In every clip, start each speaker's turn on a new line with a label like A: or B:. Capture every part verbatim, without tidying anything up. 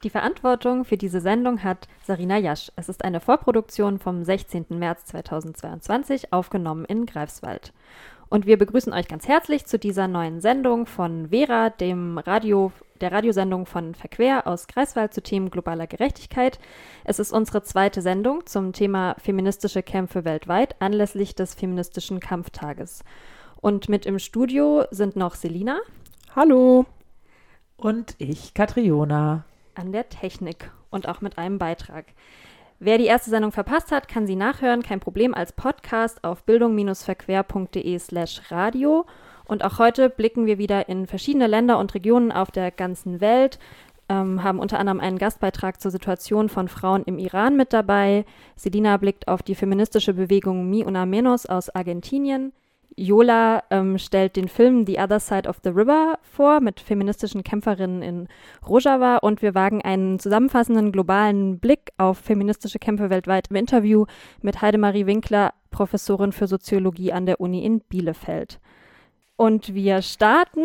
A: Die Verantwortung für diese Sendung hat Sarina Jasch. Es ist eine Vorproduktion vom sechzehnten März zweitausendzweiundzwanzig, aufgenommen in Greifswald. Und wir begrüßen euch ganz herzlich zu dieser neuen Sendung von Vera, dem Radio, der Radiosendung von Verquer aus Greifswald zu Themen globaler Gerechtigkeit. Es ist unsere zweite Sendung zum Thema feministische Kämpfe weltweit anlässlich des feministischen Kampftages. Und mit im Studio sind noch Selina.
B: Hallo. Und ich, Katriona.
A: An der Technik und auch mit einem Beitrag. Wer die erste Sendung verpasst hat, kann sie nachhören, kein Problem, als Podcast auf bildung-verquer.de slash radio. Und auch heute blicken wir wieder in verschiedene Länder und Regionen auf der ganzen Welt, ähm, haben unter anderem einen Gastbeitrag zur Situation von Frauen im Iran mit dabei. Selina blickt auf die feministische Bewegung Mi Una Menos aus Argentinien. Jola ähm, stellt den Film The Other Side of the River vor mit feministischen Kämpferinnen in Rojava und wir wagen einen zusammenfassenden globalen Blick auf feministische Kämpfe weltweit im Interview mit Heidemarie Winkler, Professorin für Soziologie an der Uni in Bielefeld. Und wir starten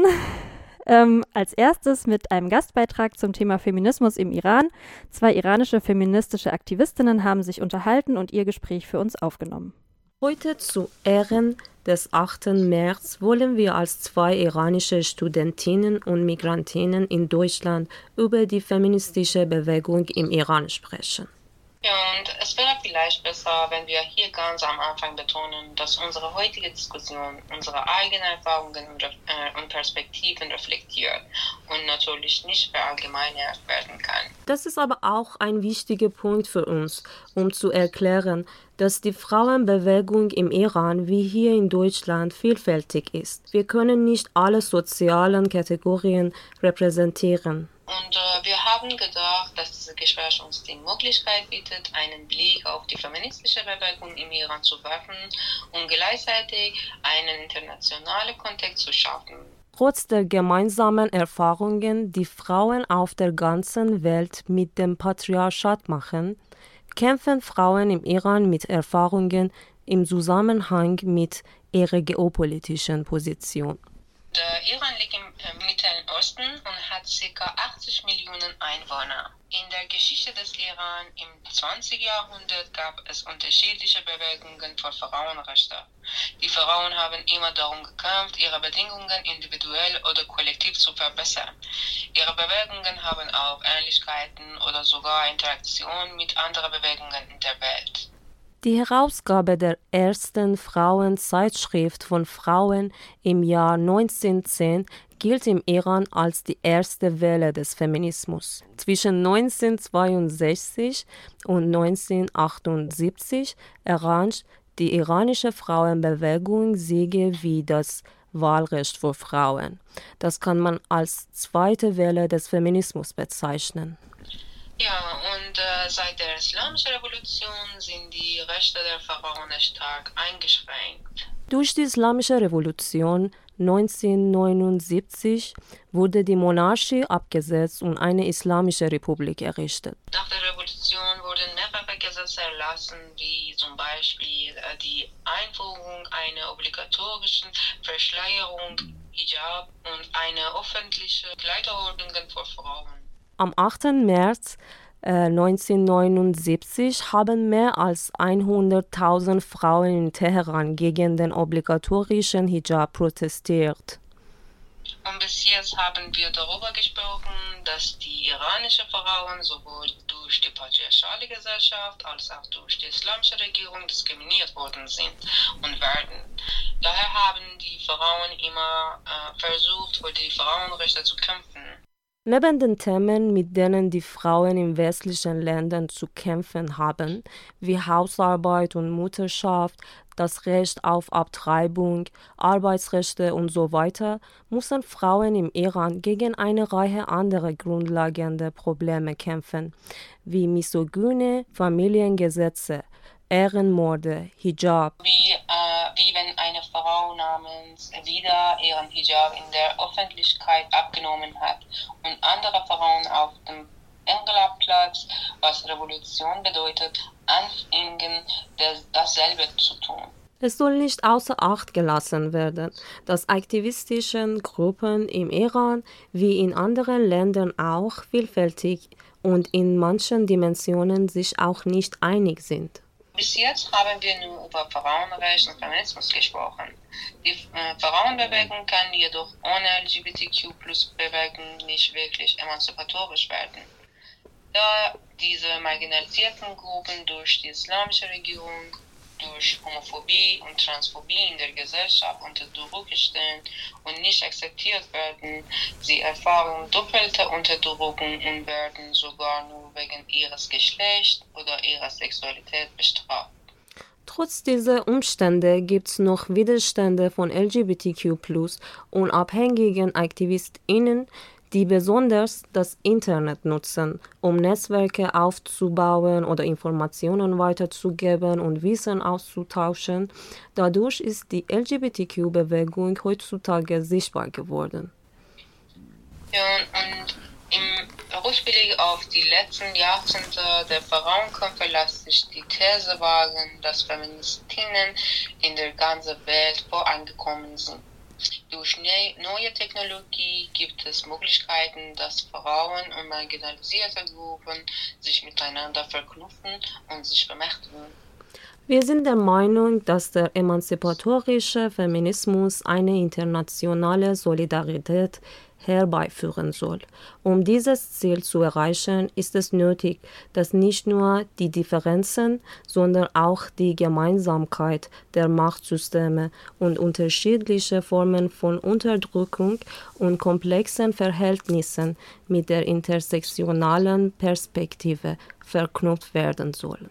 A: ähm, als erstes mit einem Gastbeitrag zum Thema Feminismus im Iran. Zwei iranische feministische Aktivistinnen haben sich unterhalten und ihr Gespräch für uns aufgenommen.
C: Heute zu Ehren des achten März wollen wir als zwei iranische Studentinnen und Migrantinnen in Deutschland über die feministische Bewegung im Iran sprechen.
D: Ja, und es wäre vielleicht besser, wenn wir hier ganz am Anfang betonen, dass unsere heutige Diskussion unsere eigenen Erfahrungen und Perspektiven reflektiert und natürlich nicht verallgemeinert werden kann.
C: Das ist aber auch ein wichtiger Punkt für uns, um zu erklären, dass die Frauenbewegung im Iran wie hier in Deutschland vielfältig ist. Wir können nicht alle sozialen Kategorien repräsentieren.
D: Und äh, wir haben gedacht, dass dieses Gespräch uns die Möglichkeit bietet, einen Blick auf die feministische Bewegung im Iran zu werfen und gleichzeitig einen internationalen Kontext zu schaffen.
C: Trotz der gemeinsamen Erfahrungen, die Frauen auf der ganzen Welt mit dem Patriarchat machen, kämpfen Frauen im Iran mit Erfahrungen im Zusammenhang mit ihrer geopolitischen Position.
D: Der Iran liegt im Mittleren Osten und hat ca. achtzig Millionen Einwohner. In der Geschichte des Iran im zwanzigsten Jahrhundert gab es unterschiedliche Bewegungen für Frauenrechte. Die Frauen haben immer darum gekämpft, ihre Bedingungen individuell oder kollektiv zu verbessern. Ihre Bewegungen haben auch Ähnlichkeiten oder sogar Interaktion mit anderen Bewegungen in der Welt.
C: Die Herausgabe der ersten Frauenzeitschrift von Frauen im Jahr neunzehnhundertzehn gilt im Iran als die erste Welle des Feminismus. Zwischen neunzehnhundertzweiundsechzig und neunzehnhundertachtundsiebzig errang die iranische Frauenbewegung Siege wie das Wahlrecht für Frauen. Das kann man als zweite Welle des Feminismus bezeichnen.
D: Ja, und äh, seit der Islamischen Revolution sind die Rechte der Frauen stark eingeschränkt.
C: Durch die Islamische Revolution neunzehnhundertneunundsiebzig wurde die Monarchie abgesetzt und eine islamische Republik errichtet.
D: Nach der Revolution wurden mehrere Gesetze erlassen, wie zum Beispiel äh, die Einführung einer obligatorischen Verschleierung, Hijab und eine öffentliche Kleiderordnung für Frauen.
C: Am achten März äh, neunzehnhundertneunundsiebzig haben mehr als hunderttausend Frauen in Teheran gegen den obligatorischen Hijab protestiert.
D: Und bis jetzt haben wir darüber gesprochen, dass die iranischen Frauen sowohl durch die patriarchale Gesellschaft als auch durch die islamische Regierung diskriminiert worden sind und werden. Daher haben die Frauen immer äh, versucht, für die Frauenrechte zu kämpfen.
C: Neben den Themen, mit denen die Frauen in westlichen Ländern zu kämpfen haben, wie Hausarbeit und Mutterschaft, das Recht auf Abtreibung, Arbeitsrechte und so weiter, müssen Frauen im Iran gegen eine Reihe anderer grundlegender Probleme kämpfen, wie misogyne Familiengesetze, Ehrenmorde, Hijab.
D: Wie, äh, wie wenn eine Frau namens Vida ihren Hijab in der Öffentlichkeit abgenommen hat und andere Frauen auf dem Engelabplatz, was Revolution bedeutet, anfingen, das, dasselbe zu tun.
C: Es soll nicht außer Acht gelassen werden, dass aktivistischen Gruppen im Iran wie in anderen Ländern auch vielfältig und in manchen Dimensionen sich auch nicht einig sind.
D: Bis jetzt haben wir nur über Frauenrecht und Feminismus gesprochen. Die äh, Frauenbewegung kann jedoch ohne L G B T Q Plus Bewegung nicht wirklich emanzipatorisch werden. Da diese marginalisierten Gruppen durch die islamische Regierung, durch Homophobie und Transphobie in der Gesellschaft unter Druck stehen und nicht akzeptiert werden, sie erfahren doppelte Unterdrückung und werden sogar nur wegen ihres Geschlechts oder ihrer Sexualität bestraft.
C: Trotz dieser Umstände gibt es noch Widerstände von L G B T Q plus unabhängigen AktivistInnen, die besonders das Internet nutzen, um Netzwerke aufzubauen oder Informationen weiterzugeben und Wissen auszutauschen. Dadurch ist die L G B T Q-Bewegung heutzutage sichtbar geworden.
D: Ja, und im Rückblick auf die letzten Jahrzehnte der Frauenkämpfe lässt sich die These wagen, dass Feministinnen in der ganzen Welt vorangekommen sind. Durch neue Technologie gibt es Möglichkeiten, dass Frauen und marginalisierte Gruppen sich miteinander verknüpfen und sich bemächtigen.
C: Wir sind der Meinung, dass der emanzipatorische Feminismus eine internationale Solidarität herbeiführen soll. Um dieses Ziel zu erreichen, ist es nötig, dass nicht nur die Differenzen, sondern auch die Gemeinsamkeit der Machtsysteme und unterschiedliche Formen von Unterdrückung und komplexen Verhältnissen mit der intersektionalen Perspektive verknüpft werden sollen.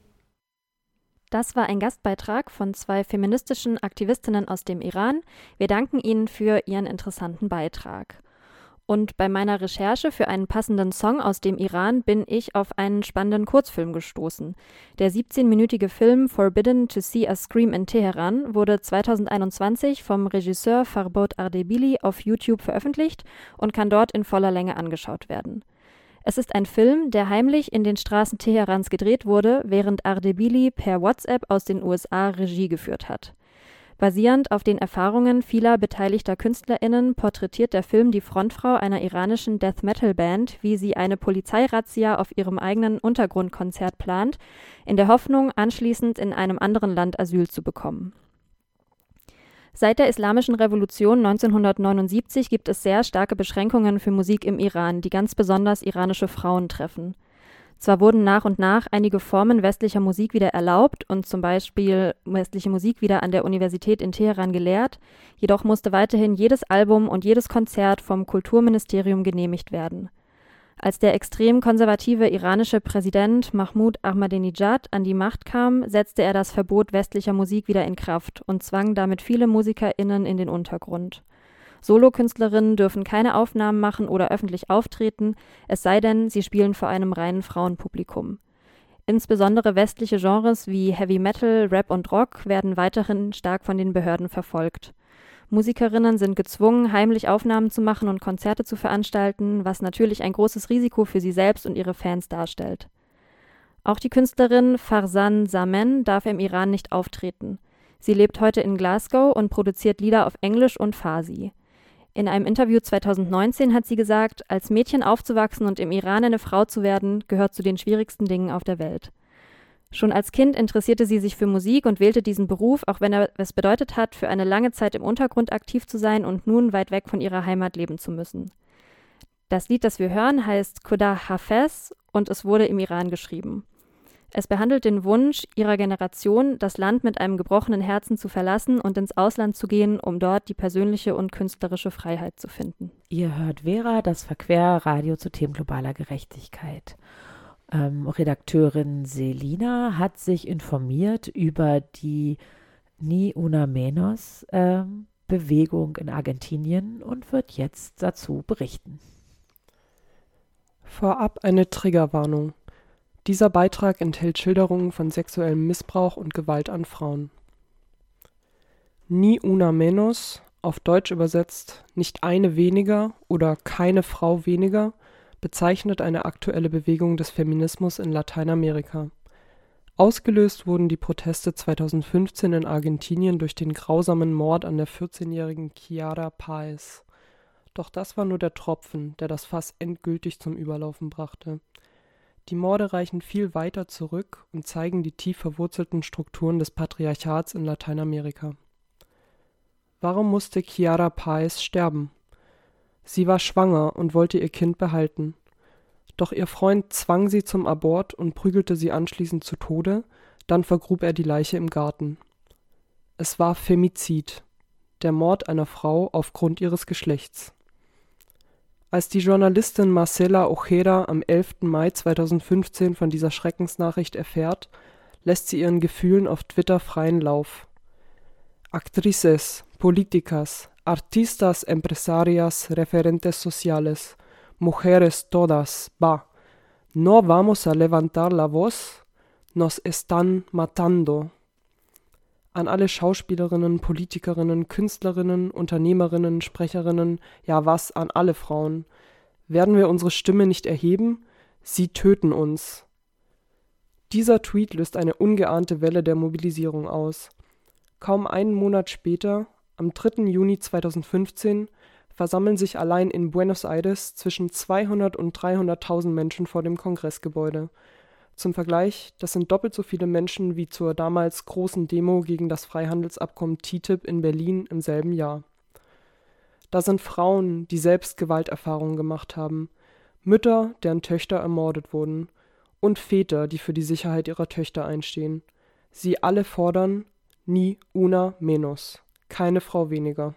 A: Das war ein Gastbeitrag von zwei feministischen Aktivistinnen aus dem Iran. Wir danken Ihnen für Ihren interessanten Beitrag. Und bei meiner Recherche für einen passenden Song aus dem Iran bin ich auf einen spannenden Kurzfilm gestoßen. Der siebzehnminütige Film Forbidden to See a Scream in Teheran wurde zweitausendeinundzwanzig vom Regisseur Farbod Ardebili auf YouTube veröffentlicht und kann dort in voller Länge angeschaut werden. Es ist ein Film, der heimlich in den Straßen Teherans gedreht wurde, während Ardebili per WhatsApp aus den U S A Regie geführt hat. Basierend auf den Erfahrungen vieler beteiligter KünstlerInnen porträtiert der Film die Frontfrau einer iranischen Death-Metal-Band, wie sie eine Polizeirazzia auf ihrem eigenen Untergrundkonzert plant, in der Hoffnung, anschließend in einem anderen Land Asyl zu bekommen. Seit der Islamischen Revolution neunzehnhundertneunundsiebzig gibt es sehr starke Beschränkungen für Musik im Iran, die ganz besonders iranische Frauen treffen. Zwar wurden nach und nach einige Formen westlicher Musik wieder erlaubt und zum Beispiel westliche Musik wieder an der Universität in Teheran gelehrt, jedoch musste weiterhin jedes Album und jedes Konzert vom Kulturministerium genehmigt werden. Als der extrem konservative iranische Präsident Mahmoud Ahmadinejad an die Macht kam, setzte er das Verbot westlicher Musik wieder in Kraft und zwang damit viele MusikerInnen in den Untergrund. Solokünstlerinnen dürfen keine Aufnahmen machen oder öffentlich auftreten, es sei denn, sie spielen vor einem reinen Frauenpublikum. Insbesondere westliche Genres wie Heavy Metal, Rap und Rock werden weiterhin stark von den Behörden verfolgt. Musikerinnen sind gezwungen, heimlich Aufnahmen zu machen und Konzerte zu veranstalten, was natürlich ein großes Risiko für sie selbst und ihre Fans darstellt. Auch die Künstlerin Farzan Zaman darf im Iran nicht auftreten. Sie lebt heute in Glasgow und produziert Lieder auf Englisch und Farsi. In einem Interview zweitausendneunzehn hat sie gesagt, als Mädchen aufzuwachsen und im Iran eine Frau zu werden, gehört zu den schwierigsten Dingen auf der Welt. Schon als Kind interessierte sie sich für Musik und wählte diesen Beruf, auch wenn er es bedeutet hat, für eine lange Zeit im Untergrund aktiv zu sein und nun weit weg von ihrer Heimat leben zu müssen. Das Lied, das wir hören, heißt Khuda Hafez und es wurde im Iran geschrieben. Es behandelt den Wunsch ihrer Generation, das Land mit einem gebrochenen Herzen zu verlassen und ins Ausland zu gehen, um dort die persönliche und künstlerische Freiheit zu finden.
B: Ihr hört Vera, das Verquer-Radio zu Themen globaler Gerechtigkeit. Ähm, Redakteurin Selina hat sich informiert über die Ni Una Menos ähm, Bewegung in Argentinien und wird jetzt dazu berichten.
E: Vorab eine Triggerwarnung. Dieser Beitrag enthält Schilderungen von sexuellem Missbrauch und Gewalt an Frauen. Ni Una Menos, auf Deutsch übersetzt nicht eine weniger oder keine Frau weniger, bezeichnet eine aktuelle Bewegung des Feminismus in Lateinamerika. Ausgelöst wurden die Proteste zweitausendfünfzehn in Argentinien durch den grausamen Mord an der vierzehnjährigen Chiara Páez. Doch das war nur der Tropfen, der das Fass endgültig zum Überlaufen brachte. Die Morde reichen viel weiter zurück und zeigen die tief verwurzelten Strukturen des Patriarchats in Lateinamerika. Warum musste Chiara Páez sterben? Sie war schwanger und wollte ihr Kind behalten. Doch ihr Freund zwang sie zum Abort und prügelte sie anschließend zu Tode, dann vergrub er die Leiche im Garten. Es war Femizid, der Mord einer Frau aufgrund ihres Geschlechts. Als die Journalistin Marcela Ojeda am elften Mai zweitausendfünfzehn von dieser Schreckensnachricht erfährt, lässt sie ihren Gefühlen auf Twitter freien Lauf. Actrices, políticas, artistas, empresarias, referentes sociales, mujeres todas, va. No vamos a levantar la voz, nos están matando. An alle Schauspielerinnen, Politikerinnen, Künstlerinnen, Unternehmerinnen, Sprecherinnen, ja was, an alle Frauen. Werden wir unsere Stimme nicht erheben? Sie töten uns. Dieser Tweet löst eine ungeahnte Welle der Mobilisierung aus. Kaum einen Monat später, am dritten Juni zweitausendfünfzehn, versammeln sich allein in Buenos Aires zwischen zweihundert und dreihunderttausend Menschen vor dem Kongressgebäude. Zum Vergleich, das sind doppelt so viele Menschen wie zur damals großen Demo gegen das Freihandelsabkommen T T I P in Berlin im selben Jahr. Da sind Frauen, die selbst Gewalterfahrungen gemacht haben, Mütter, deren Töchter ermordet wurden, und Väter, die für die Sicherheit ihrer Töchter einstehen. Sie alle fordern ni una menos, keine Frau weniger.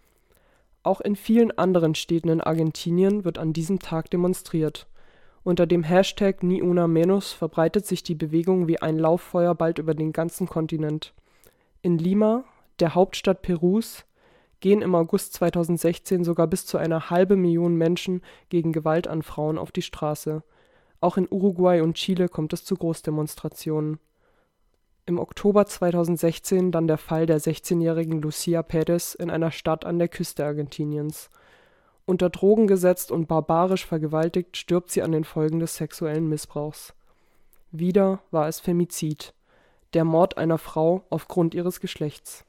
E: Auch in vielen anderen Städten in Argentinien wird an diesem Tag demonstriert. Unter dem Hashtag Ni Una Menos verbreitet sich die Bewegung wie ein Lauffeuer bald über den ganzen Kontinent. In Lima, der Hauptstadt Perus, gehen im August zweitausendsechzehn sogar bis zu einer halbe Million Menschen gegen Gewalt an Frauen auf die Straße. Auch in Uruguay und Chile kommt es zu Großdemonstrationen. Im Oktober zweitausendsechzehn dann der Fall der sechzehnjährigen Lucia Pérez in einer Stadt an der Küste Argentiniens. Unter Drogen gesetzt und barbarisch vergewaltigt stirbt sie an den Folgen des sexuellen Missbrauchs. Wieder war es Femizid, der Mord einer Frau aufgrund ihres Geschlechts.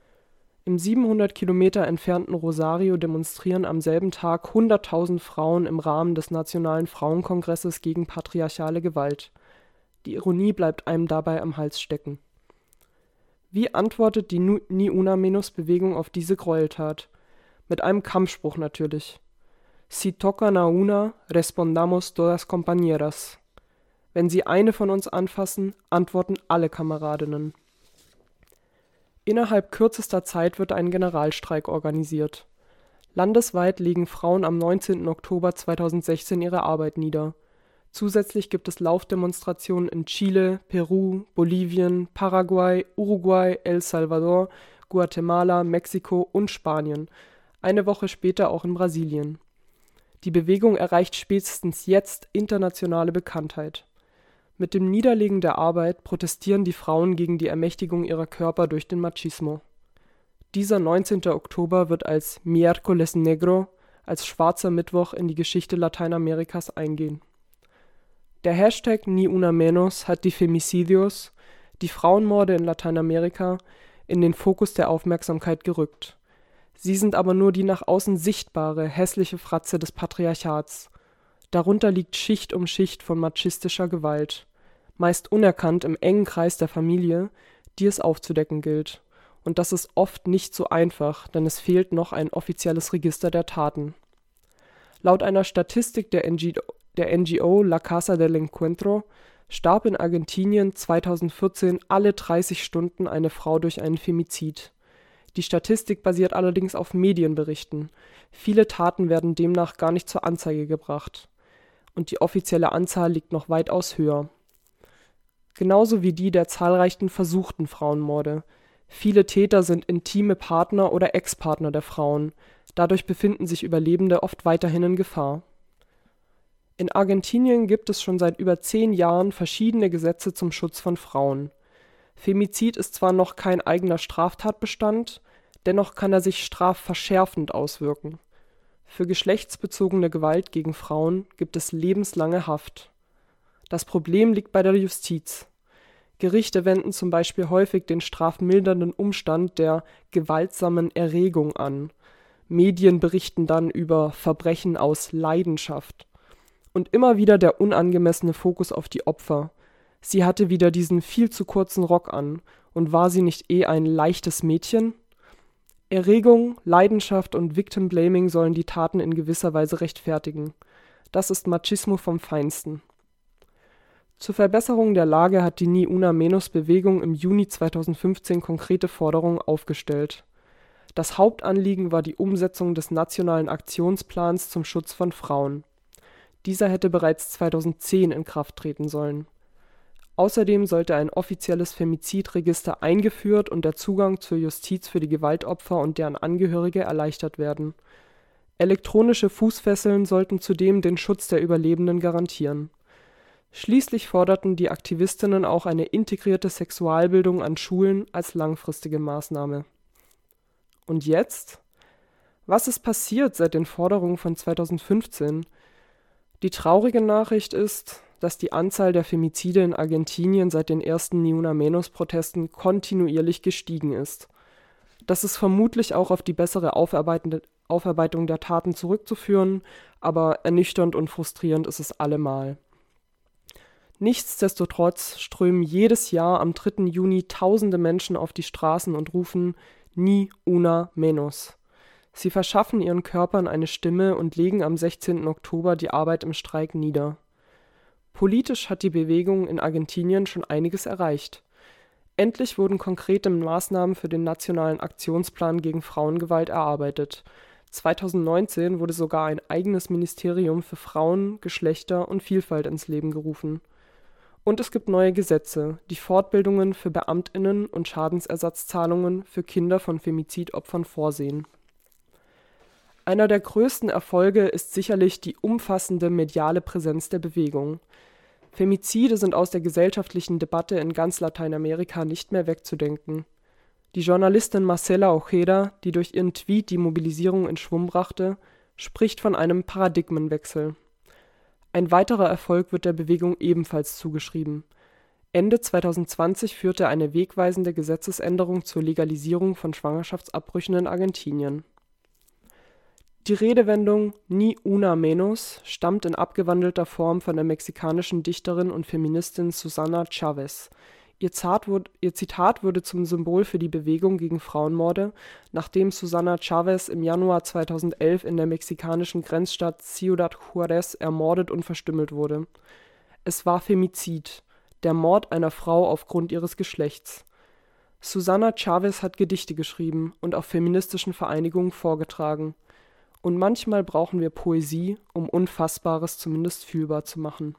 E: Im siebenhundert Kilometer entfernten Rosario demonstrieren am selben Tag hunderttausend Frauen im Rahmen des Nationalen Frauenkongresses gegen patriarchale Gewalt. Die Ironie bleibt einem dabei am Hals stecken. Wie antwortet die Ni Una Menos Bewegung auf diese Gräueltat? Mit einem Kampfspruch natürlich. Si tocan a una, respondamos todas compañeras. Wenn sie eine von uns anfassen, antworten alle Kameradinnen. Innerhalb kürzester Zeit wird ein Generalstreik organisiert. Landesweit legen Frauen am neunzehnten Oktober zweitausendsechzehn ihre Arbeit nieder. Zusätzlich gibt es Laufdemonstrationen in Chile, Peru, Bolivien, Paraguay, Uruguay, El Salvador, Guatemala, Mexiko und Spanien. Eine Woche später auch in Brasilien. Die Bewegung erreicht spätestens jetzt internationale Bekanntheit. Mit dem Niederlegen der Arbeit protestieren die Frauen gegen die Ermächtigung ihrer Körper durch den Machismo. Dieser neunzehnten Oktober wird als Miércoles Negro, als schwarzer Mittwoch in die Geschichte Lateinamerikas eingehen. Der Hashtag Ni Una Menos hat die Femicidios, die Frauenmorde in Lateinamerika, in den Fokus der Aufmerksamkeit gerückt. Sie sind aber nur die nach außen sichtbare, hässliche Fratze des Patriarchats. Darunter liegt Schicht um Schicht von machistischer Gewalt, meist unerkannt im engen Kreis der Familie, die es aufzudecken gilt. Und das ist oft nicht so einfach, denn es fehlt noch ein offizielles Register der Taten. Laut einer Statistik der N G O, der N G O La Casa del Encuentro starb in Argentinien zweitausendvierzehn alle dreißig Stunden eine Frau durch einen Femizid. Die Statistik basiert allerdings auf Medienberichten. Viele Taten werden demnach gar nicht zur Anzeige gebracht. Und die offizielle Anzahl liegt noch weitaus höher. Genauso wie die der zahlreichen versuchten Frauenmorde. Viele Täter sind intime Partner oder Ex-Partner der Frauen. Dadurch befinden sich Überlebende oft weiterhin in Gefahr. In Argentinien gibt es schon seit über zehn Jahren verschiedene Gesetze zum Schutz von Frauen. Femizid ist zwar noch kein eigener Straftatbestand, dennoch kann er sich strafverschärfend auswirken. Für geschlechtsbezogene Gewalt gegen Frauen gibt es lebenslange Haft. Das Problem liegt bei der Justiz. Gerichte wenden zum Beispiel häufig den strafmildernden Umstand der gewaltsamen Erregung an. Medien berichten dann über Verbrechen aus Leidenschaft. Und immer wieder der unangemessene Fokus auf die Opfer. Sie hatte wieder diesen viel zu kurzen Rock an, und war sie nicht eh ein leichtes Mädchen? Erregung, Leidenschaft und Victim Blaming sollen die Taten in gewisser Weise rechtfertigen. Das ist Machismo vom Feinsten. Zur Verbesserung der Lage hat die Ni Una Menos Bewegung im Juni zweitausendfünfzehn konkrete Forderungen aufgestellt. Das Hauptanliegen war die Umsetzung des Nationalen Aktionsplans zum Schutz von Frauen. Dieser hätte bereits zweitausendzehn in Kraft treten sollen. Außerdem sollte ein offizielles Femizidregister eingeführt und der Zugang zur Justiz für die Gewaltopfer und deren Angehörige erleichtert werden. Elektronische Fußfesseln sollten zudem den Schutz der Überlebenden garantieren. Schließlich forderten die Aktivistinnen auch eine integrierte Sexualbildung an Schulen als langfristige Maßnahme. Und jetzt? Was ist passiert seit den Forderungen von zweitausendfünfzehn? Die traurige Nachricht ist, dass die Anzahl der Femizide in Argentinien seit den ersten Ni Una Menos Protesten kontinuierlich gestiegen ist. Das ist vermutlich auch auf die bessere Aufarbeitung der Taten zurückzuführen, aber ernüchternd und frustrierend ist es allemal. Nichtsdestotrotz strömen jedes Jahr am dritten Juni tausende Menschen auf die Straßen und rufen Ni Una Menos. Sie verschaffen ihren Körpern eine Stimme und legen am sechzehnten Oktober die Arbeit im Streik nieder. Politisch hat die Bewegung in Argentinien schon einiges erreicht. Endlich wurden konkrete Maßnahmen für den Nationalen Aktionsplan gegen Frauengewalt erarbeitet. zweitausendneunzehn wurde sogar ein eigenes Ministerium für Frauen, Geschlechter und Vielfalt ins Leben gerufen. Und es gibt neue Gesetze, die Fortbildungen für BeamtInnen und Schadensersatzzahlungen für Kinder von Femizidopfern vorsehen. Einer der größten Erfolge ist sicherlich die umfassende mediale Präsenz der Bewegung. Femizide sind aus der gesellschaftlichen Debatte in ganz Lateinamerika nicht mehr wegzudenken. Die Journalistin Marcela Ojeda, die durch ihren Tweet die Mobilisierung in Schwung brachte, spricht von einem Paradigmenwechsel. Ein weiterer Erfolg wird der Bewegung ebenfalls zugeschrieben. Ende zweitausendzwanzig führte eine wegweisende Gesetzesänderung zur Legalisierung von Schwangerschaftsabbrüchen in Argentinien. Die Redewendung Ni Una Menos stammt in abgewandelter Form von der mexikanischen Dichterin und Feministin Susana Chavez. Ihr, wurde, ihr Zitat wurde zum Symbol für die Bewegung gegen Frauenmorde, nachdem Susana Chavez im Januar zweitausendelf in der mexikanischen Grenzstadt Ciudad Juárez ermordet und verstümmelt wurde. Es war Femizid, der Mord einer Frau aufgrund ihres Geschlechts. Susana Chavez hat Gedichte geschrieben und auf feministischen Vereinigungen vorgetragen. Und manchmal brauchen wir Poesie, um Unfassbares zumindest fühlbar zu machen.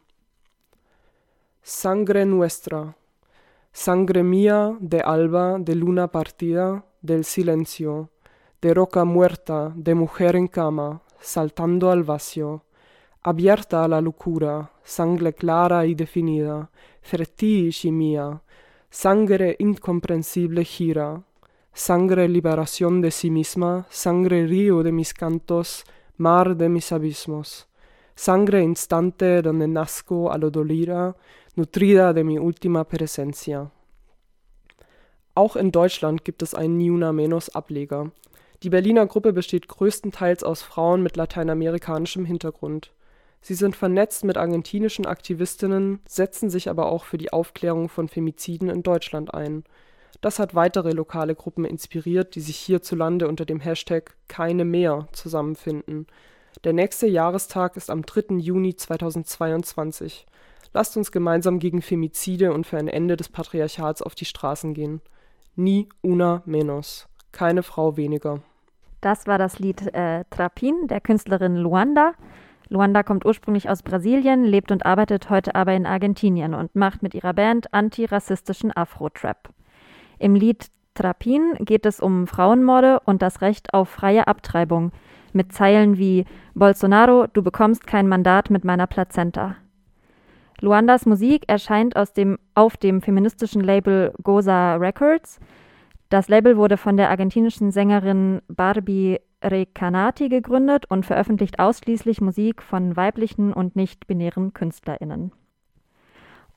E: Sangre nuestra. Sangre mía de alba, de luna partida, del silencio, de roca muerta, de mujer en cama, saltando al vacío, abierta a la locura, sangre clara y definida, fertil y mía, sangre incomprensible gira, sangre liberación de sí misma, sangre río de mis cantos, mar de mis abismos, sangre instante donde nazco a lo dolida, nutrida de mi última presencia. Auch in Deutschland gibt es einen Ni Una Menos Ableger. Die Berliner Gruppe besteht größtenteils aus Frauen mit lateinamerikanischem Hintergrund. Sie sind vernetzt mit argentinischen Aktivistinnen, setzen sich aber auch für die Aufklärung von Femiziden in Deutschland ein. Das hat weitere lokale Gruppen inspiriert, die sich hierzulande unter dem Hashtag Keine mehr zusammenfinden. Der nächste Jahrestag ist am dritten Juni zweitausendzweiundzwanzig. Lasst uns gemeinsam gegen Femizide und für ein Ende des Patriarchats auf die Straßen gehen. Ni Una Menos. Keine Frau weniger.
A: Das war das Lied äh, Trapin der Künstlerin Luanda. Luanda kommt ursprünglich aus Brasilien, lebt und arbeitet heute aber in Argentinien und macht mit ihrer Band antirassistischen Afro-Trap. Im Lied Trapin geht es um Frauenmorde und das Recht auf freie Abtreibung, mit Zeilen wie Bolsonaro, du bekommst kein Mandat mit meiner Plazenta. Luandas Musik erscheint aus dem, auf dem feministischen Label Goza Records. Das Label wurde von der argentinischen Sängerin Barbie Recanati gegründet und veröffentlicht ausschließlich Musik von weiblichen und nicht-binären KünstlerInnen.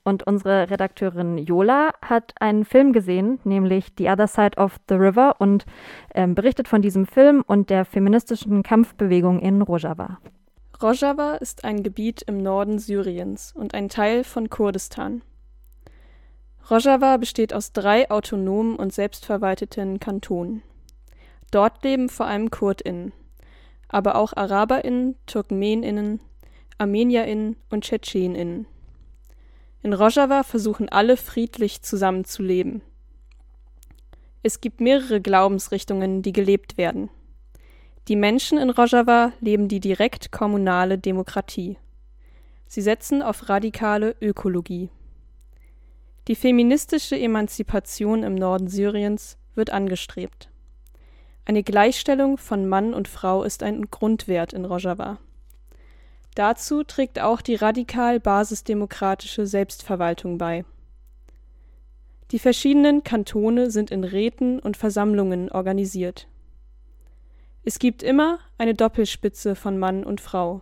A: und unsere Redakteurin Jola hat einen Film gesehen, nämlich The Other Side of the River, und ähm, berichtet von diesem Film und der feministischen Kampfbewegung in Rojava.
F: Rojava ist ein Gebiet im Norden Syriens und ein Teil von Kurdistan. Rojava besteht aus drei autonomen und selbstverwalteten Kantonen. Dort leben vor allem KurdInnen, aber auch AraberInnen, TurkmenInnen, ArmenierInnen und TschetschenInnen. In Rojava versuchen alle friedlich zusammenzuleben. Es gibt mehrere Glaubensrichtungen, die gelebt werden. Die Menschen in Rojava leben die direkt kommunale Demokratie. Sie setzen auf radikale Ökologie. Die feministische Emanzipation im Norden Syriens wird angestrebt. Eine Gleichstellung von Mann und Frau ist ein Grundwert in Rojava. Dazu trägt auch die radikal basisdemokratische Selbstverwaltung bei. Die verschiedenen Kantone sind in Räten und Versammlungen organisiert. Es gibt immer eine Doppelspitze von Mann und Frau.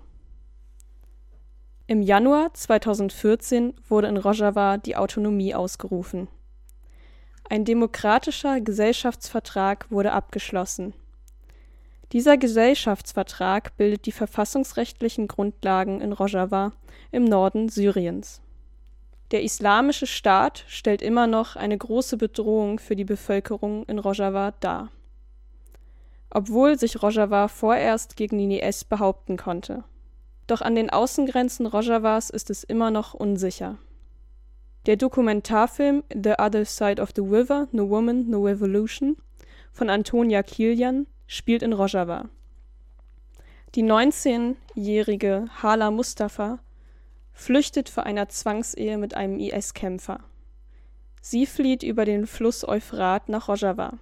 F: Im Januar zweitausendvierzehn wurde in Rojava die Autonomie ausgerufen. Ein demokratischer Gesellschaftsvertrag wurde abgeschlossen. Dieser Gesellschaftsvertrag bildet die verfassungsrechtlichen Grundlagen in Rojava im Norden Syriens. Der Islamische Staat stellt immer noch eine große Bedrohung für die Bevölkerung in Rojava dar. Obwohl sich Rojava vorerst gegen den I S behaupten konnte. Doch an den Außengrenzen Rojavas ist es immer noch unsicher. Der Dokumentarfilm The Other Side of the River, No Woman, No Revolution von Antonia Kilian spielt in Rojava. Die neunzehnjährige Hala Mustafa flüchtet vor einer Zwangsehe mit einem I S-Kämpfer. Sie flieht über den Fluss Euphrat nach Rojava.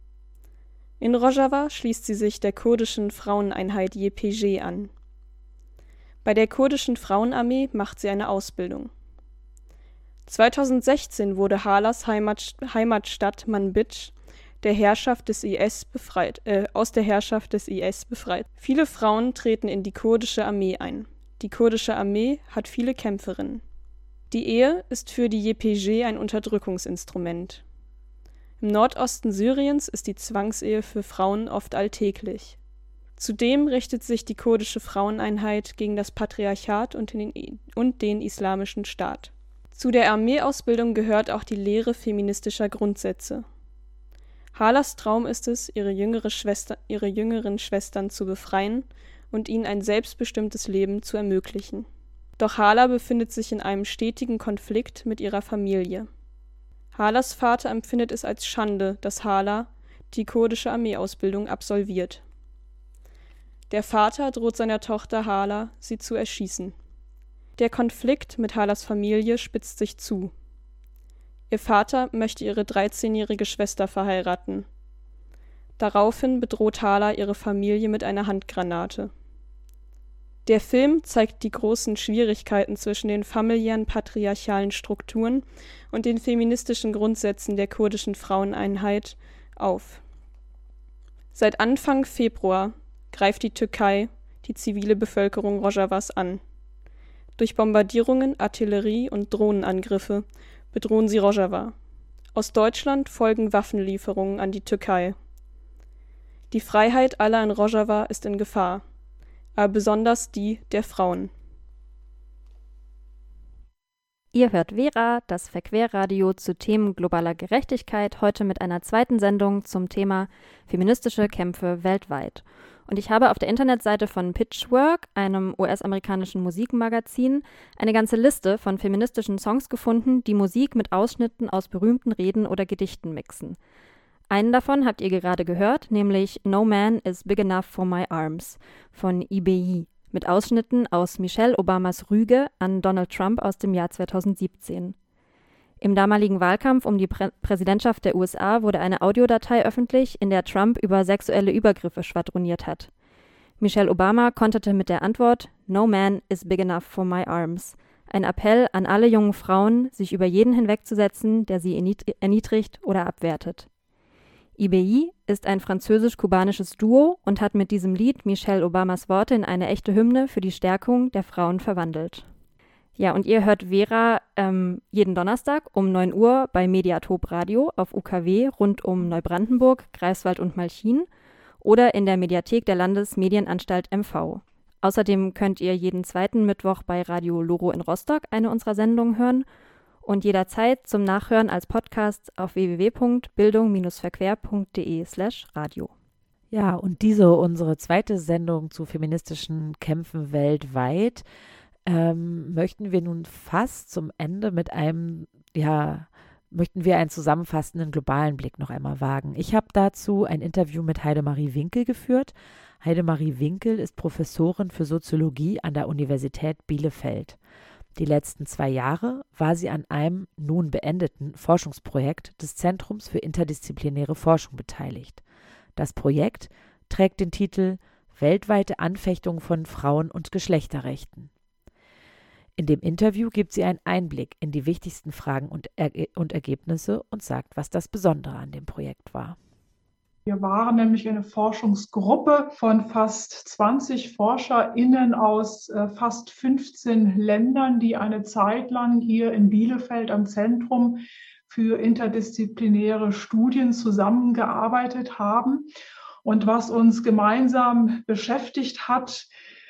F: In Rojava schließt sie sich der kurdischen Fraueneinheit Y P G an. Bei der kurdischen Frauenarmee macht sie eine Ausbildung. zweitausendsechzehn wurde Halas Heimat, Heimatstadt Manbij der Herrschaft des I S befreit, äh, aus der Herrschaft des I S befreit. Viele Frauen treten in die kurdische Armee ein. Die kurdische Armee hat viele Kämpferinnen. Die Ehe ist für die Y P G ein Unterdrückungsinstrument. Im Nordosten Syriens ist die Zwangsehe für Frauen oft alltäglich. Zudem richtet sich die kurdische Fraueneinheit gegen das Patriarchat und den, und den Islamischen Staat. Zu der Armeeausbildung gehört auch die Lehre feministischer Grundsätze. Halas Traum ist es, ihre, jüngere Schwester, ihre jüngeren Schwestern zu befreien und ihnen ein selbstbestimmtes Leben zu ermöglichen. Doch Hala befindet sich in einem stetigen Konflikt mit ihrer Familie. Halas Vater empfindet es als Schande, dass Hala die kurdische Armeeausbildung absolviert. Der Vater droht seiner Tochter Hala, sie zu erschießen. Der Konflikt mit Halas Familie spitzt sich zu. Ihr Vater möchte ihre dreizehnjährige Schwester verheiraten. Daraufhin bedroht Hala ihre Familie mit einer Handgranate. Der Film zeigt die großen Schwierigkeiten zwischen den familiären patriarchalen Strukturen und den feministischen Grundsätzen der kurdischen Fraueneinheit auf. Seit Anfang Februar greift die Türkei die zivile Bevölkerung Rojavas an. Durch Bombardierungen, Artillerie und Drohnenangriffe bedrohen sie Rojava. Aus Deutschland folgen Waffenlieferungen an die Türkei. Die Freiheit aller in Rojava ist in Gefahr, aber besonders die der Frauen.
A: Ihr hört Vera, das Verquerradio zu Themen globaler Gerechtigkeit, heute mit einer zweiten Sendung zum Thema feministische Kämpfe weltweit. Und ich habe auf der Internetseite von Pitchwork, einem U S-amerikanischen Musikmagazin, eine ganze Liste von feministischen Songs gefunden, die Musik mit Ausschnitten aus berühmten Reden oder Gedichten mixen. Einen davon habt ihr gerade gehört, nämlich No Man is Big Enough for My Arms von I B I, mit Ausschnitten aus Michelle Obamas Rüge an Donald Trump aus dem Jahr zweitausendsiebzehn. Im damaligen Wahlkampf um die Prä- Präsidentschaft der U S A wurde eine Audiodatei öffentlich, in der Trump über sexuelle Übergriffe schwadroniert hat. Michelle Obama konterte mit der Antwort No man is big enough for my arms. Ein Appell an alle jungen Frauen, sich über jeden hinwegzusetzen, der sie erniedrigt oder abwertet. I B I ist ein französisch-kubanisches Duo und hat mit diesem Lied Michelle Obamas Worte in eine echte Hymne für die Stärkung der Frauen verwandelt. Ja, und ihr hört Vera ähm, jeden Donnerstag um neun Uhr bei Mediatop Radio auf U K W rund um Neubrandenburg, Greifswald und Malchin oder in der Mediathek der Landesmedienanstalt M V. Außerdem könnt ihr jeden zweiten Mittwoch bei Radio Loro in Rostock eine unserer Sendungen hören und jederzeit zum Nachhören als Podcast auf w w w punkt bildung verquer punkt d e slash radio.
B: Ja, und diese unsere zweite Sendung zu feministischen Kämpfen weltweit ähm, möchten wir nun fast zum Ende mit einem, ja, möchten wir einen zusammenfassenden globalen Blick noch einmal wagen. Ich habe dazu ein Interview mit Heidemarie Winkel geführt. Heidemarie Winkel ist Professorin für Soziologie an der Universität Bielefeld. Die letzten zwei Jahre war sie an einem nun beendeten Forschungsprojekt des Zentrums für interdisziplinäre Forschung beteiligt. Das Projekt trägt den Titel Weltweite Anfechtung von Frauen- und Geschlechterrechten. In dem Interview gibt sie einen Einblick in die wichtigsten Fragen und, Erge- und Ergebnisse und sagt, was das Besondere an dem Projekt war.
G: Wir waren nämlich eine Forschungsgruppe von fast zwanzig ForscherInnen aus äh, fast fünfzehn Ländern, die eine Zeit lang hier in Bielefeld am Zentrum für interdisziplinäre Studien zusammengearbeitet haben. Und was uns gemeinsam beschäftigt hat,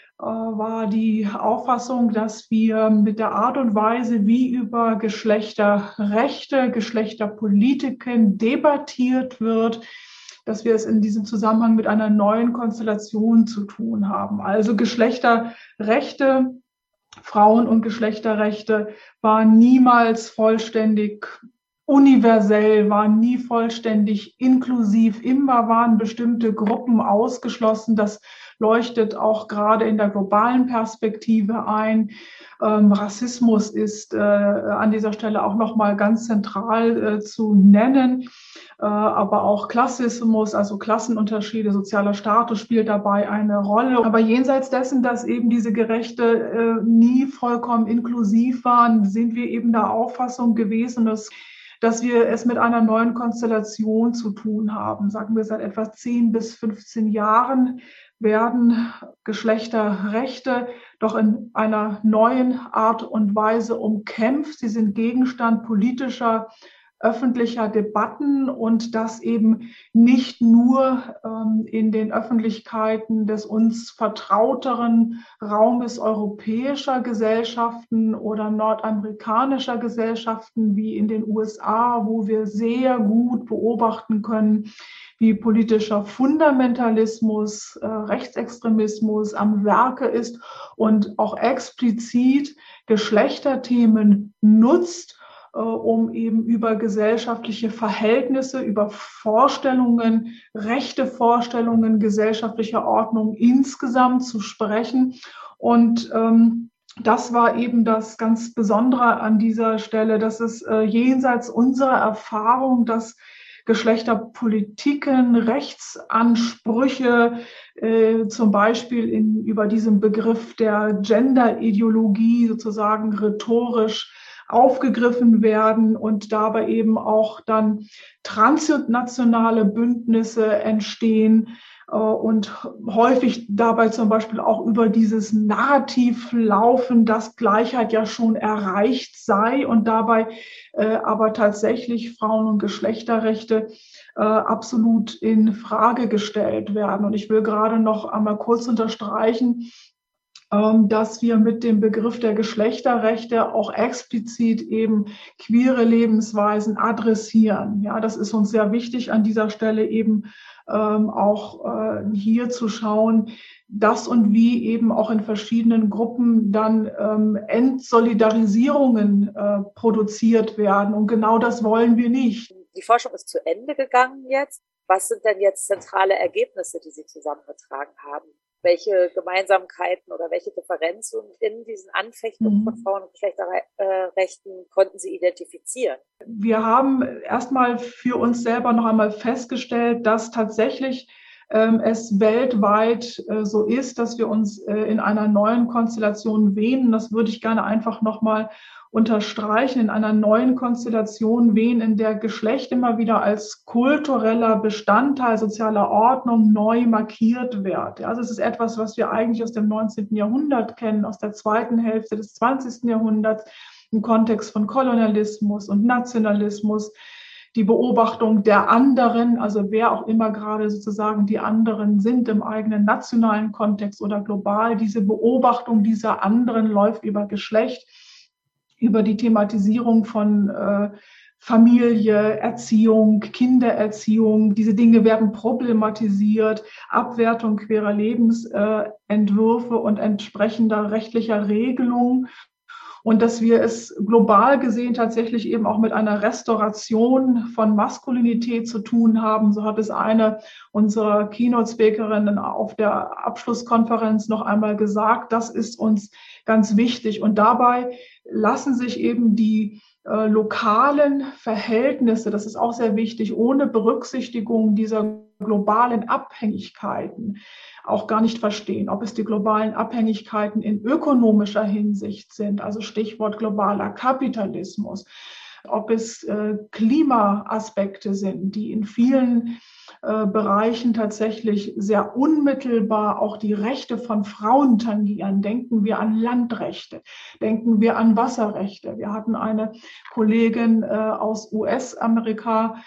G: war die Auffassung, dass wir mit der Art und Weise, wie über Geschlechterrechte, Geschlechterpolitiken debattiert wird, dass wir es in diesem Zusammenhang mit einer neuen Konstellation zu tun haben. Also Geschlechterrechte, Frauen- und Geschlechterrechte waren niemals vollständig universell, waren nie vollständig inklusiv. Immer waren bestimmte Gruppen ausgeschlossen. Das leuchtet auch gerade in der globalen Perspektive ein. Ähm, Rassismus ist äh, an dieser Stelle auch nochmal ganz zentral äh, zu nennen. Äh, aber auch Klassismus, also Klassenunterschiede, sozialer Status spielt dabei eine Rolle. Aber jenseits dessen, dass eben diese Gerechte äh, nie vollkommen inklusiv waren, sind wir eben der Auffassung gewesen, dass dass wir es mit einer neuen Konstellation zu tun haben. Sagen wir, seit etwa zehn bis fünfzehn Jahren werden Geschlechterrechte doch in einer neuen Art und Weise umkämpft. Sie sind Gegenstand politischer, öffentlicher Debatten und das eben nicht nur ähm, in den Öffentlichkeiten des uns vertrauteren Raumes europäischer Gesellschaften oder nordamerikanischer Gesellschaften wie in den U S A, wo wir sehr gut beobachten können, wie politischer Fundamentalismus, äh, Rechtsextremismus am Werke ist und auch explizit Geschlechterthemen nutzt, um eben über gesellschaftliche Verhältnisse, über Vorstellungen, rechte Vorstellungen gesellschaftlicher Ordnung insgesamt zu sprechen. Und ähm, das war eben das ganz Besondere an dieser Stelle, dass es äh, jenseits unserer Erfahrung, dass Geschlechterpolitiken, Rechtsansprüche, äh, zum Beispiel in, über diesen Begriff der Genderideologie sozusagen rhetorisch aufgegriffen werden und dabei eben auch dann transnationale Bündnisse entstehen äh, und häufig dabei zum Beispiel auch über dieses Narrativ laufen, dass Gleichheit ja schon erreicht sei und dabei äh, aber tatsächlich Frauen- und Geschlechterrechte äh, absolut in Frage gestellt werden. Und ich will gerade noch einmal kurz unterstreichen, dass wir mit dem Begriff der Geschlechterrechte auch explizit eben queere Lebensweisen adressieren. Ja, das ist uns sehr wichtig an dieser Stelle eben ähm, auch äh, hier zu schauen, dass und wie eben auch in verschiedenen Gruppen dann ähm, Entsolidarisierungen äh, produziert werden. Und genau das wollen wir nicht.
H: Die Forschung ist zu Ende gegangen jetzt. Was sind denn jetzt zentrale Ergebnisse, die Sie zusammengetragen haben? Welche Gemeinsamkeiten oder welche Differenzen in diesen Anfechtungen von Frauen- und Geschlechterrechten konnten Sie identifizieren?
G: Wir haben erstmal für uns selber noch einmal festgestellt, dass tatsächlich ähm, es weltweit äh, so ist, dass wir uns äh, in einer neuen Konstellation wähnen. Das würde ich gerne einfach nochmal unterstreichen, in einer neuen Konstellation wähnen, in der Geschlecht immer wieder als kultureller Bestandteil sozialer Ordnung neu markiert wird. Also es ist etwas, was wir eigentlich aus dem neunzehnten Jahrhundert kennen, aus der zweiten Hälfte des zwanzigsten Jahrhunderts, im Kontext von Kolonialismus und Nationalismus. Die Beobachtung der anderen, also wer auch immer gerade sozusagen die anderen sind im eigenen nationalen Kontext oder global, diese Beobachtung dieser anderen läuft über Geschlecht, über die Thematisierung von äh, Familie, Erziehung, Kindererziehung. Diese Dinge werden problematisiert, Abwertung queerer Lebensentwürfe äh, und entsprechender rechtlicher Regelungen. Und dass wir es global gesehen tatsächlich eben auch mit einer Restauration von Maskulinität zu tun haben. So hat es eine unserer Keynote-Speakerinnen auf der Abschlusskonferenz noch einmal gesagt. Das ist uns ganz wichtig. Und dabei lassen sich eben die äh, lokalen Verhältnisse, das ist auch sehr wichtig, ohne Berücksichtigung dieser globalen Abhängigkeiten auch gar nicht verstehen, ob es die globalen Abhängigkeiten in ökonomischer Hinsicht sind, also Stichwort globaler Kapitalismus, ob es äh, Klimaaspekte sind, die in vielen äh, Bereichen tatsächlich sehr unmittelbar auch die Rechte von Frauen tangieren. Denken wir an Landrechte, denken wir an Wasserrechte. Wir hatten eine Kollegin äh, aus U S-Amerika,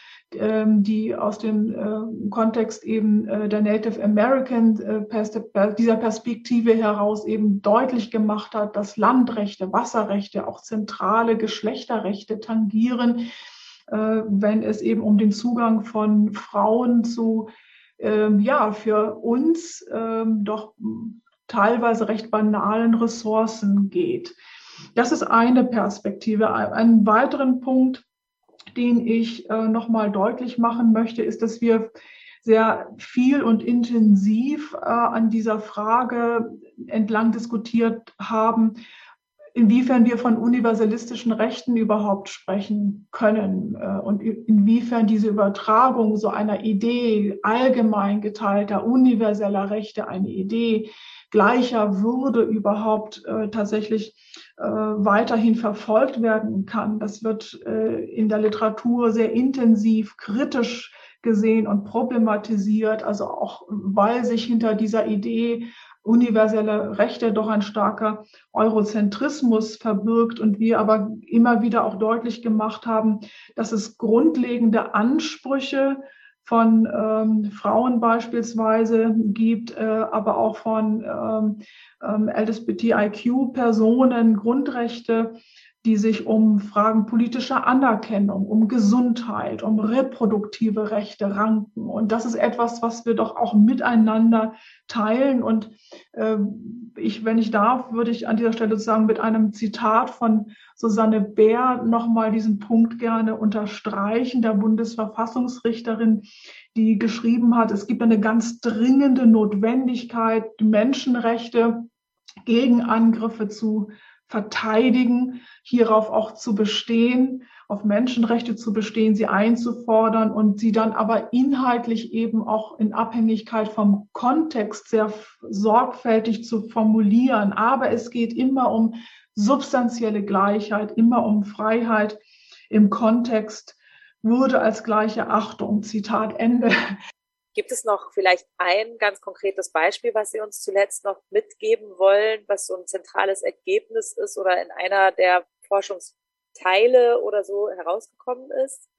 G: die aus dem äh, Kontext eben äh, der Native American äh, Pers- dieser Perspektive heraus eben deutlich gemacht hat, dass Landrechte, Wasserrechte, auch zentrale Geschlechterrechte tangieren, äh, wenn es eben um den Zugang von Frauen zu, äh, ja, für uns äh, doch teilweise recht banalen Ressourcen geht. Das ist eine Perspektive. Einen weiteren Punkt, den ich äh, nochmal deutlich machen möchte, ist, dass wir sehr viel und intensiv äh, an dieser Frage entlang diskutiert haben, inwiefern wir von universalistischen Rechten überhaupt sprechen können äh, und inwiefern diese Übertragung so einer Idee allgemein geteilter, universeller Rechte, eine Idee gleicher Würde überhaupt äh, tatsächlich äh, weiterhin verfolgt werden kann. Das wird äh, in der Literatur sehr intensiv kritisch gesehen und problematisiert, also auch weil sich hinter dieser Idee universelle Rechte doch ein starker Eurozentrismus verbirgt und wir aber immer wieder auch deutlich gemacht haben, dass es grundlegende Ansprüche von ähm, Frauen beispielsweise gibt, äh, aber auch von ähm, ähm, L G B T I Q-Personen, Grundrechte, die sich um Fragen politischer Anerkennung, um Gesundheit, um reproduktive Rechte ranken. Und das ist etwas, was wir doch auch miteinander teilen. Und äh, ich, wenn ich darf, würde ich an dieser Stelle sozusagen mit einem Zitat von Susanne Bär nochmal diesen Punkt gerne unterstreichen, der Bundesverfassungsrichterin, die geschrieben hat, es gibt eine ganz dringende Notwendigkeit, die Menschenrechte gegen Angriffe zu verteidigen, hierauf auch zu bestehen, auf Menschenrechte zu bestehen, sie einzufordern und sie dann aber inhaltlich eben auch in Abhängigkeit vom Kontext sehr sorgfältig zu formulieren. Aber es geht immer um substanzielle Gleichheit, immer um Freiheit im Kontext, Würde als gleiche Achtung. Zitat Ende.
H: Gibt es noch vielleicht ein ganz konkretes Beispiel, was Sie uns zuletzt noch mitgeben wollen, was so ein zentrales Ergebnis ist oder in einer der Forschungsteile oder so herausgekommen ist?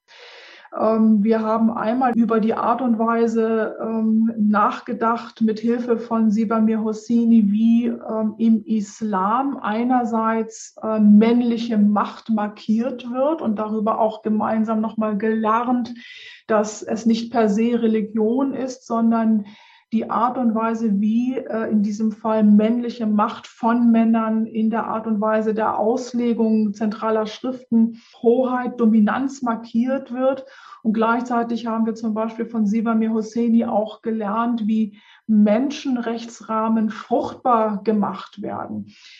G: Wir haben einmal über die Art und Weise ähm, nachgedacht, mit Hilfe von Sibamir Hosseini, wie ähm, im Islam einerseits äh, männliche Macht markiert wird und darüber auch gemeinsam nochmal gelernt, dass es nicht per se Religion ist, sondern die Art und Weise, wie äh, in diesem Fall männliche Macht von Männern in der Art und Weise der Auslegung zentraler Schriften Hoheit, Dominanz markiert wird. Und gleichzeitig haben wir zum Beispiel von Sibamir Hosseini auch gelernt, wie Menschenrechtsrahmen fruchtbar gemacht werden.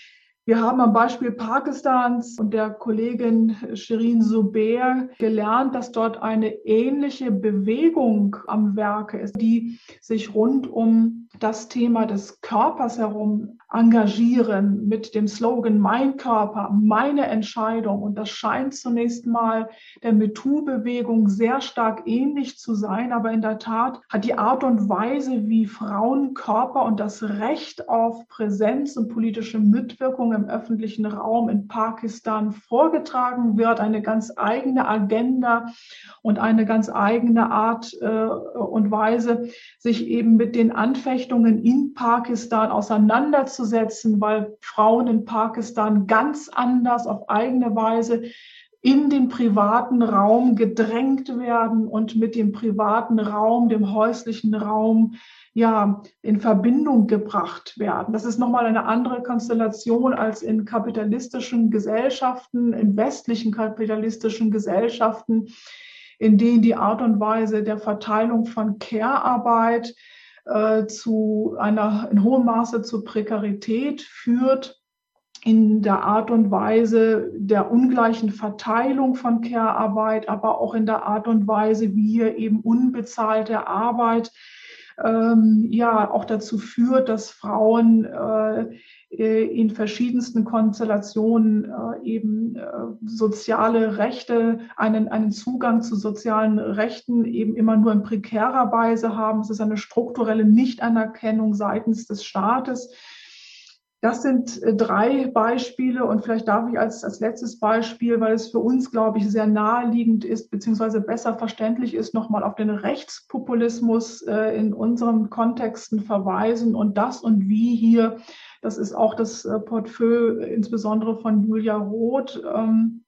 G: Wir haben am Beispiel Pakistans und der Kollegin Shirin Zubair gelernt, dass dort eine ähnliche Bewegung am Werke ist, die sich rund um das Thema des Körpers herum engagieren mit dem Slogan Mein Körper, meine Entscheidung. Und das scheint zunächst mal der MeToo-Bewegung sehr stark ähnlich zu sein. Aber in der Tat hat die Art und Weise, wie Frauenkörper und das Recht auf Präsenz und politische Mitwirkung im öffentlichen Raum in Pakistan vorgetragen wird, eine ganz eigene Agenda und eine ganz eigene Art äh, und Weise, sich eben mit den Anfechtungen in Pakistan auseinanderzusetzen, weil Frauen in Pakistan ganz anders auf eigene Weise in den privaten Raum gedrängt werden und mit dem privaten Raum, dem häuslichen Raum, ja, in Verbindung gebracht werden. Das ist nochmal eine andere Konstellation als in kapitalistischen Gesellschaften, in westlichen kapitalistischen Gesellschaften, in denen die Art und Weise der Verteilung von Care-Arbeit äh, zu einer in hohem Maße zu Prekarität führt, in der Art und Weise der ungleichen Verteilung von Care-Arbeit, aber auch in der Art und Weise, wie hier eben unbezahlte Arbeit ähm, ja auch dazu führt, dass Frauen äh, in verschiedensten Konstellationen äh, eben äh, soziale Rechte, einen, einen Zugang zu sozialen Rechten eben immer nur in prekärer Weise haben. Es ist eine strukturelle Nichtanerkennung seitens des Staates. Das sind drei Beispiele und vielleicht darf ich als, als letztes Beispiel, weil es für uns, glaube ich, sehr naheliegend ist, beziehungsweise besser verständlich ist, nochmal auf den Rechtspopulismus äh, in unseren Kontexten verweisen und das und wie hier, das ist auch das äh, Portfolio insbesondere von Julia Roth, ähm,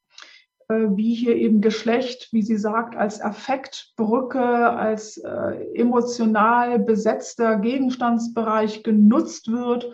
G: äh, wie hier eben Geschlecht, wie sie sagt, als Affektbrücke, als äh, emotional besetzter Gegenstandsbereich genutzt wird,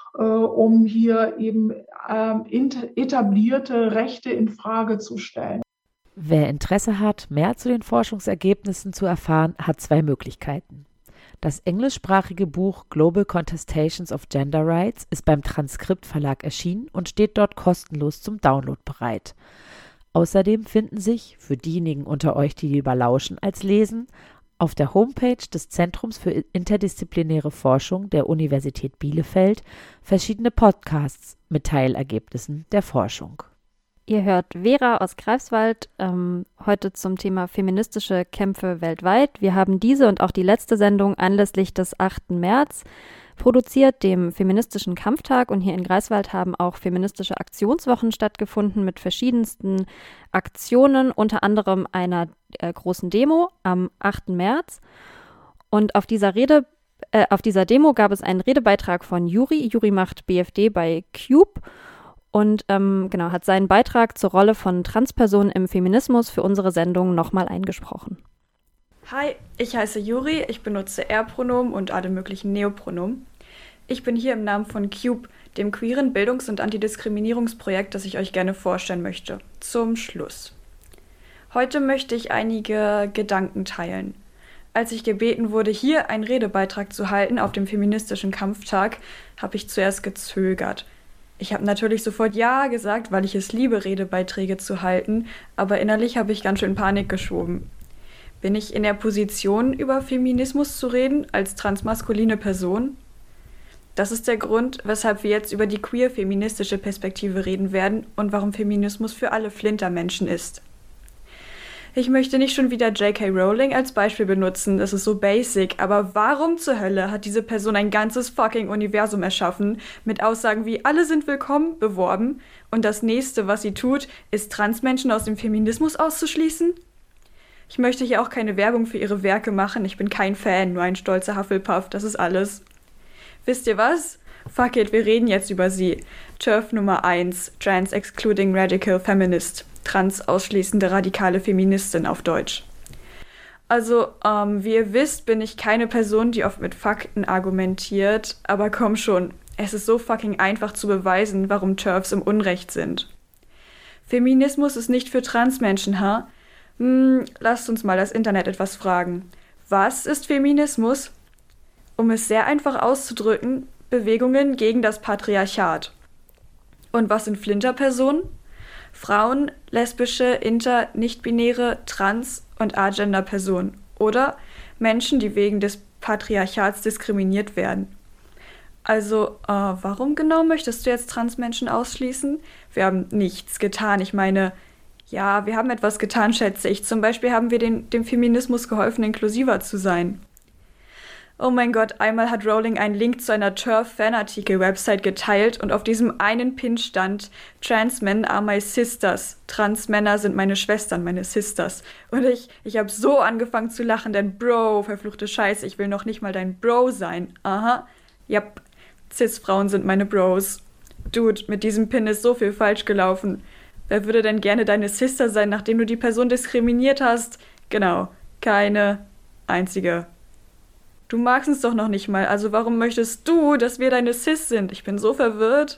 G: um hier eben ähm, etablierte Rechte in Frage zu stellen.
B: Wer Interesse hat, mehr zu den Forschungsergebnissen zu erfahren, hat zwei Möglichkeiten. Das englischsprachige Buch Global Contestations of Gender Rights ist beim Transkript Verlag erschienen und steht dort kostenlos zum Download bereit. Außerdem finden sich, für diejenigen unter euch, die lieber lauschen als lesen, auf der Homepage des Zentrums für interdisziplinäre Forschung der Universität Bielefeld verschiedene Podcasts mit Teilergebnissen der Forschung.
A: Ihr hört Vera aus Greifswald, ähm, heute zum Thema feministische Kämpfe weltweit. Wir haben diese und auch die letzte Sendung anlässlich des achten März produziert, dem feministischen Kampftag. Und hier in Greifswald haben auch feministische Aktionswochen stattgefunden mit verschiedensten Aktionen, unter anderem einer äh, großen Demo am achten März. Und auf dieser Rede, äh, auf dieser Demo gab es einen Redebeitrag von Juri. Juri macht B F D bei Cube und ähm, genau hat seinen Beitrag zur Rolle von Transpersonen im Feminismus für unsere Sendung nochmal eingesprochen.
I: Hi, ich heiße Juri, ich benutze Er-Pronomen und alle möglichen Neopronomen. Ich bin hier im Namen von Cube, dem queeren Bildungs- und Antidiskriminierungsprojekt, das ich euch gerne vorstellen möchte. Zum Schluss. Heute möchte ich einige Gedanken teilen. Als ich gebeten wurde, hier einen Redebeitrag zu halten auf dem feministischen Kampftag, habe ich zuerst gezögert. Ich habe natürlich sofort Ja gesagt, weil ich es liebe, Redebeiträge zu halten, aber innerlich habe ich ganz schön Panik geschoben. Bin ich in der Position, über Feminismus zu reden, als transmaskuline Person? Das ist der Grund, weshalb wir jetzt über die queer-feministische Perspektive reden werden und warum Feminismus für alle Flintermenschen ist. Ich möchte nicht schon wieder J K Rowling als Beispiel benutzen, das ist so basic, aber warum zur Hölle hat diese Person ein ganzes fucking Universum erschaffen, mit Aussagen wie alle sind willkommen beworben und das nächste, was sie tut, ist Transmenschen aus dem Feminismus auszuschließen? Ich möchte hier auch keine Werbung für ihre Werke machen, ich bin kein Fan, nur ein stolzer Hufflepuff, das ist alles. Wisst ihr was? Fuck it, wir reden jetzt über sie. T E R F Nummer eins, Trans Excluding Radical Feminist, trans ausschließende radikale Feministin auf Deutsch. Also, ähm, wie ihr wisst, bin ich keine Person, die oft mit Fakten argumentiert, aber komm schon, es ist so fucking einfach zu beweisen, warum T E R Fs im Unrecht sind. Feminismus ist nicht für Transmenschen, ha? Hm, lasst uns mal das Internet etwas fragen. Was ist Feminismus? Um es sehr einfach auszudrücken, Bewegungen gegen das Patriarchat. Und was sind Flinterpersonen? Frauen, lesbische, inter, nicht-binäre, trans- und agender-Personen. Oder Menschen, die wegen des Patriarchats diskriminiert werden. Also, äh, warum genau möchtest du jetzt Transmenschen ausschließen? Wir haben nichts getan. Ich meine, ja, wir haben etwas getan, schätze ich. Zum Beispiel haben wir den, dem Feminismus geholfen, inklusiver zu sein. Oh mein Gott, einmal hat Rowling einen Link zu einer TERF-Fanartikel-Website geteilt und auf diesem einen Pin stand: Trans men are my sisters. Transmänner sind meine Schwestern, meine Sisters. Und ich, ich habe so angefangen zu lachen, denn Bro, verfluchte Scheiße, ich will noch nicht mal dein Bro sein. Aha, yep, Cis-Frauen sind meine Bros. Dude, mit diesem Pin ist so viel falsch gelaufen. Wer würde denn gerne deine Sister sein, nachdem du die Person diskriminiert hast? Genau, keine einzige. Du magst uns doch noch nicht mal, also warum möchtest du, dass wir deine Sis sind? Ich bin so verwirrt.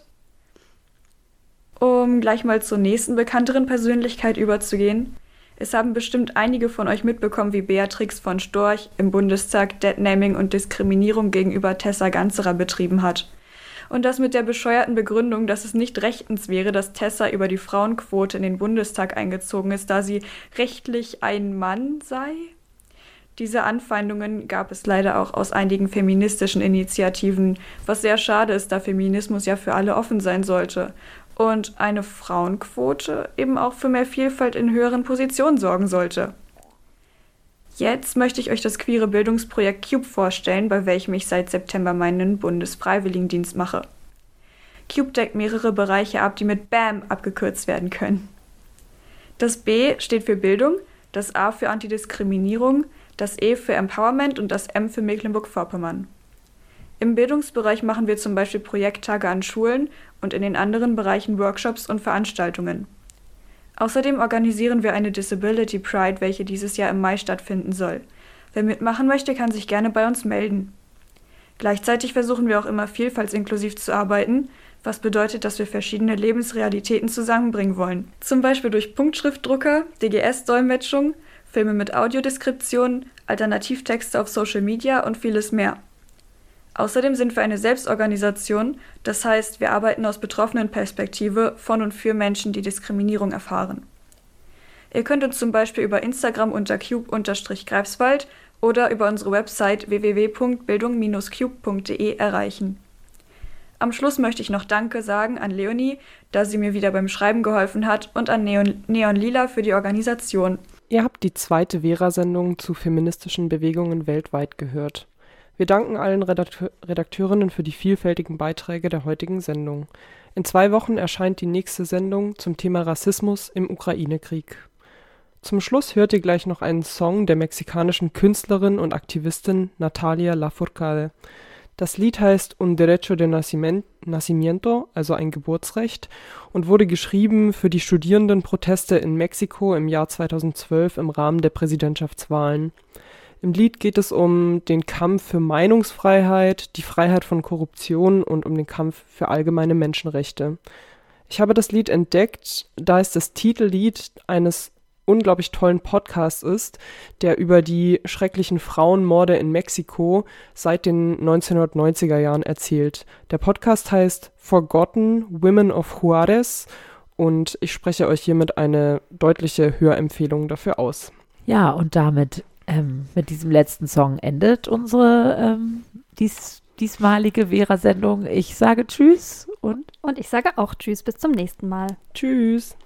I: Um gleich mal zur nächsten bekannteren Persönlichkeit überzugehen. Es haben bestimmt einige von euch mitbekommen, wie Beatrix von Storch im Bundestag Deadnaming und Diskriminierung gegenüber Tessa Ganserer betrieben hat. Und das mit der bescheuerten Begründung, dass es nicht rechtens wäre, dass Tessa über die Frauenquote in den Bundestag eingezogen ist, da sie rechtlich ein Mann sei. Diese Anfeindungen gab es leider auch aus einigen feministischen Initiativen, was sehr schade ist, da Feminismus ja für alle offen sein sollte. Und eine Frauenquote eben auch für mehr Vielfalt in höheren Positionen sorgen sollte. Jetzt möchte ich euch das queere Bildungsprojekt CUBE vorstellen, bei welchem ich seit September meinen Bundesfreiwilligendienst mache. CUBE deckt mehrere Bereiche ab, die mit B A M abgekürzt werden können. Das B steht für Bildung, das A für Antidiskriminierung, das E für Empowerment und das M für Mecklenburg-Vorpommern. Im Bildungsbereich machen wir zum Beispiel Projekttage an Schulen und in den anderen Bereichen Workshops und Veranstaltungen. Außerdem organisieren wir eine Disability Pride, welche dieses Jahr im Mai stattfinden soll. Wer mitmachen möchte, kann sich gerne bei uns melden. Gleichzeitig versuchen wir auch immer vielfaltsinklusiv zu arbeiten, was bedeutet, dass wir verschiedene Lebensrealitäten zusammenbringen wollen. Zum Beispiel durch Punktschriftdrucker, D G S-Dolmetschung, Filme mit Audiodeskription, Alternativtexte auf Social Media und vieles mehr. Außerdem sind wir eine Selbstorganisation, das heißt, wir arbeiten aus Betroffenenperspektive von und für Menschen, die Diskriminierung erfahren. Ihr könnt uns zum Beispiel über Instagram unter cube-greifswald oder über unsere Website w w w punkt bildung Bindestrich cube punkt d e erreichen. Am Schluss möchte ich noch Danke sagen an Leonie, da sie mir wieder beim Schreiben geholfen hat, und an Neon, Neon Lila für die Organisation.
E: Ihr habt die zweite Vera-Sendung zu feministischen Bewegungen weltweit gehört. Wir danken allen Redakteur- Redakteurinnen für die vielfältigen Beiträge der heutigen Sendung. In zwei Wochen erscheint die nächste Sendung zum Thema Rassismus im Ukraine-Krieg. Zum Schluss hört ihr gleich noch einen Song der mexikanischen Künstlerin und Aktivistin Natalia Lafourcade. Das Lied heißt Un Derecho de Nacimiento, also ein Geburtsrecht, und wurde geschrieben für die Studierendenproteste in Mexiko im Jahr zweitausendzwölf im Rahmen der Präsidentschaftswahlen. Im Lied geht es um den Kampf für Meinungsfreiheit, die Freiheit von Korruption und um den Kampf für allgemeine Menschenrechte. Ich habe das Lied entdeckt, da es das Titellied eines unglaublich tollen Podcasts ist, der über die schrecklichen Frauenmorde in Mexiko seit den neunzehnhundertneunziger Jahren erzählt. Der Podcast heißt Forgotten Women of Juarez und ich spreche euch hiermit eine deutliche Hörempfehlung dafür aus.
B: Ja, und damit ähm, mit diesem letzten Song endet unsere ähm, dies, diesmalige Vera-Sendung. Ich sage Tschüss und
A: Und ich sage auch Tschüss, bis zum nächsten Mal.
E: Tschüss.